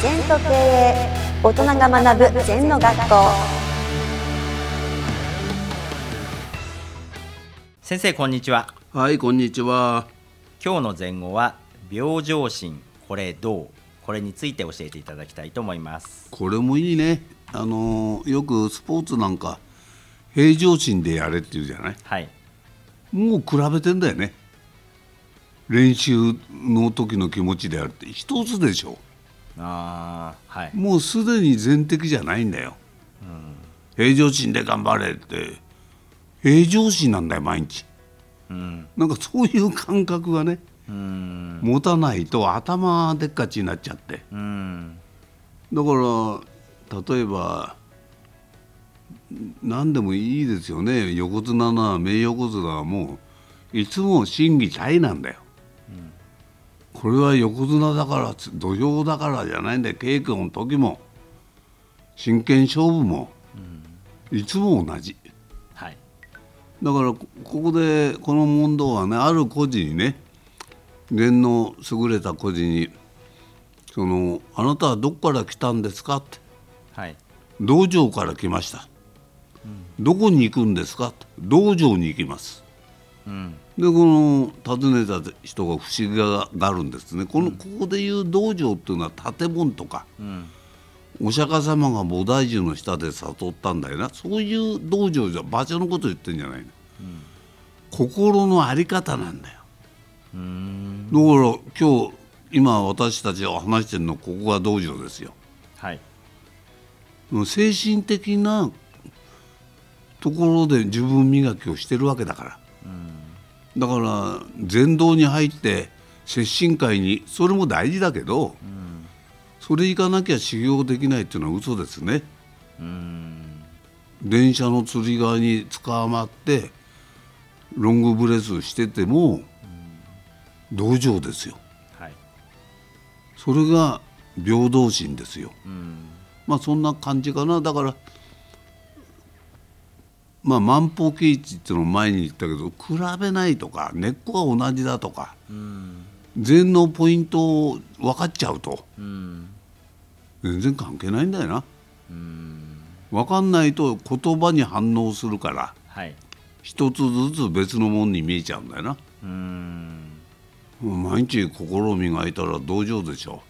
禅と経営、大人が学ぶ禅の学校。 先生こんにちは。 はい、こんにちは。 今日の禅語は病状心これどう、これについて教えていただきたいと思います。 これもいいね。よくスポーツなんか平常心でやれって言うじゃない。 はい。 もう比べてんだよね。練習の時の気持ちであるって一つでしょ。 はい。 もうすでに全的じゃないんだよ、平常心で頑張れって平常心なんだよ毎日、なんかそういう感覚がね、持たないと頭でっかちになっちゃって、だから例えば何でもいいですよね。横綱な名横綱はもういつも心技体なんだよ、これは横綱だから土俵だからじゃないんだよ。稽古の時も真剣勝負も、いつも同じ、 はい、 だからここでこの問答はね、ある孤児にね、禅の優れた孤児にあなたはどこから来たんですかって、 はい、 道場から来ました、どこに行くんですかって、道場に行きます、でこの訪ねた人が不思議があるんですね。ここでいう道場っていうのは建物とか、お釈迦様が菩提樹の下で悟ったんだよな、そういう道場じゃ場所のこと言ってんじゃないの、心の在り方なんだよ。だから今私たちが話してるのここが道場ですよ、はい、精神的なところで自分磨きをしてるわけだから、だから禅道に入って摂心会に、それも大事だけど、それ行かなきゃ修行できないっていうのは嘘ですね。電車のつり革に捕まってロングブレスしてても道場ですよ、はい、それが平等心ですよ、まあそんな感じかな。だから万法計値っていうのを前に言ったけど、比べないとか根っこが同じだとか、禅のポイントを分かっちゃうと、全然関係ないんだよな。分かんないと言葉に反応するから、はい、一つずつ別のものに見えちゃうんだよな。毎日心を磨いたら道場でしょ、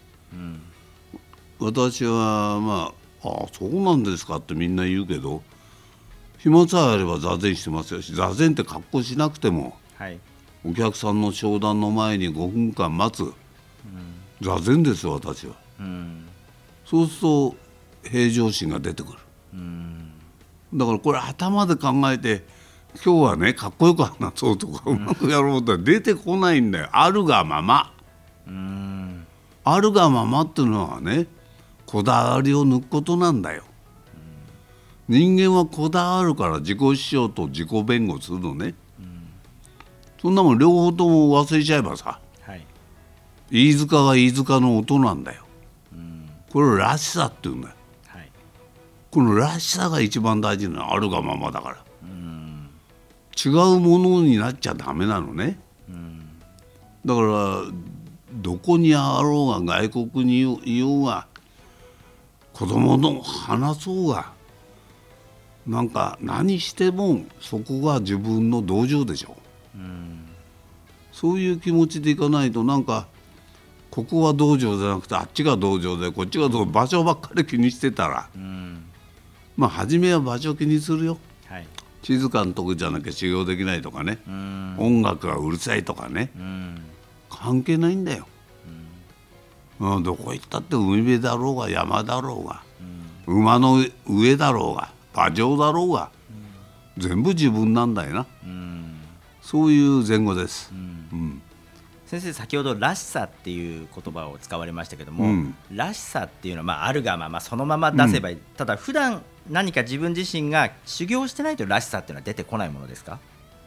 私はそうなんですかってみんな言うけど、暇さえあれば座禅してますよし、座禅って格好しなくても、はい、お客さんの商談の前に5分間待つ、座禅ですよ私は、そうすると平常心が出てくる、だからこれ頭で考えて今日はねかっこよく話そうとかうまくやろうって出てこないんだよ。あるがまま、あるがままっていうのはね、こだわりを抜くことなんだよ。人間はこだわるから自己主張と自己弁護するのね、そんなもん両方とも忘れちゃえばさ、はい、飯塚が飯塚の音なんだよ、これらしさっていうんだよ、はい、このらしさが一番大事なの。あるがままだから、違うものになっちゃダメなのね、だからどこにあろうが外国にいようが子供の話そうがなんか何してもそこが自分の道場でしょ、そういう気持ちでいかないと、なんかここは道場じゃなくてあっちが道場でこっちが道場、場所ばっかり気にしてたら、初めは場所気にするよ、はい、静かなとこじゃなきゃ修行できないとかね、音楽がうるさいとかね、関係ないんだよ、どこ行ったって海辺だろうが山だろうが、馬の上だろうが馬上だろうが、全部自分なんだよな、そういう前後です、 先生先ほどらしさっていう言葉を使われましたけども、らしさっていうのはあるがままそのまま出せばいい、ただ普段何か自分自身が修行してないとらしさっていうのは出てこないものですか？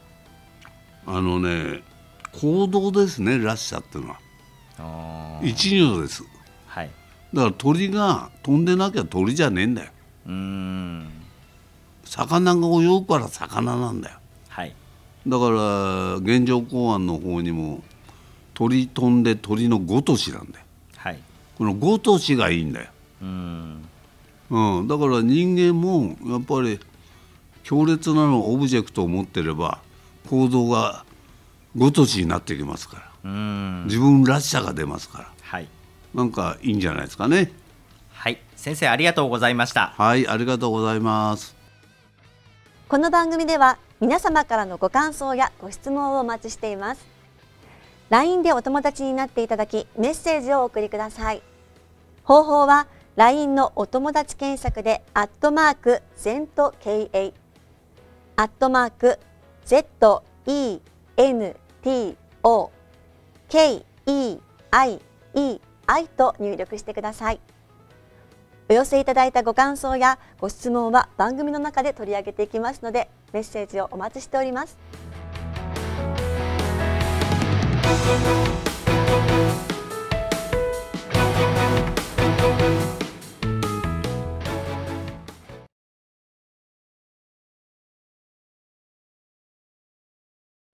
行動ですね、らしさっていうのは一如です、はい、だから鳥が飛んでなきゃ鳥じゃねえんだよ。魚が泳ぐから魚なんだよ、はい、だから原上公安の方にも鳥飛んで鳥のごとしなんだよ、はい、 このごとしがいいんだよ。だから人間もやっぱり強烈なのオブジェクトを持ってれば行動がごとしになってきますから、自分らしさが出ますから、 はい、 なんかいいんじゃないですかね。 はい、先生ありがとうございました。 はい、ありがとうございます。 この番組では皆様からのご感想やご質問をお待ちしています。 LINE でお友達になっていただきメッセージをお送りください。方法は LINE のお友達検索で@ZENTKEI@ZENTOKEIEI と入力してください。お寄せいただいたご感想やご質問は番組の中で取り上げていきますので、メッセージをお待ちしております。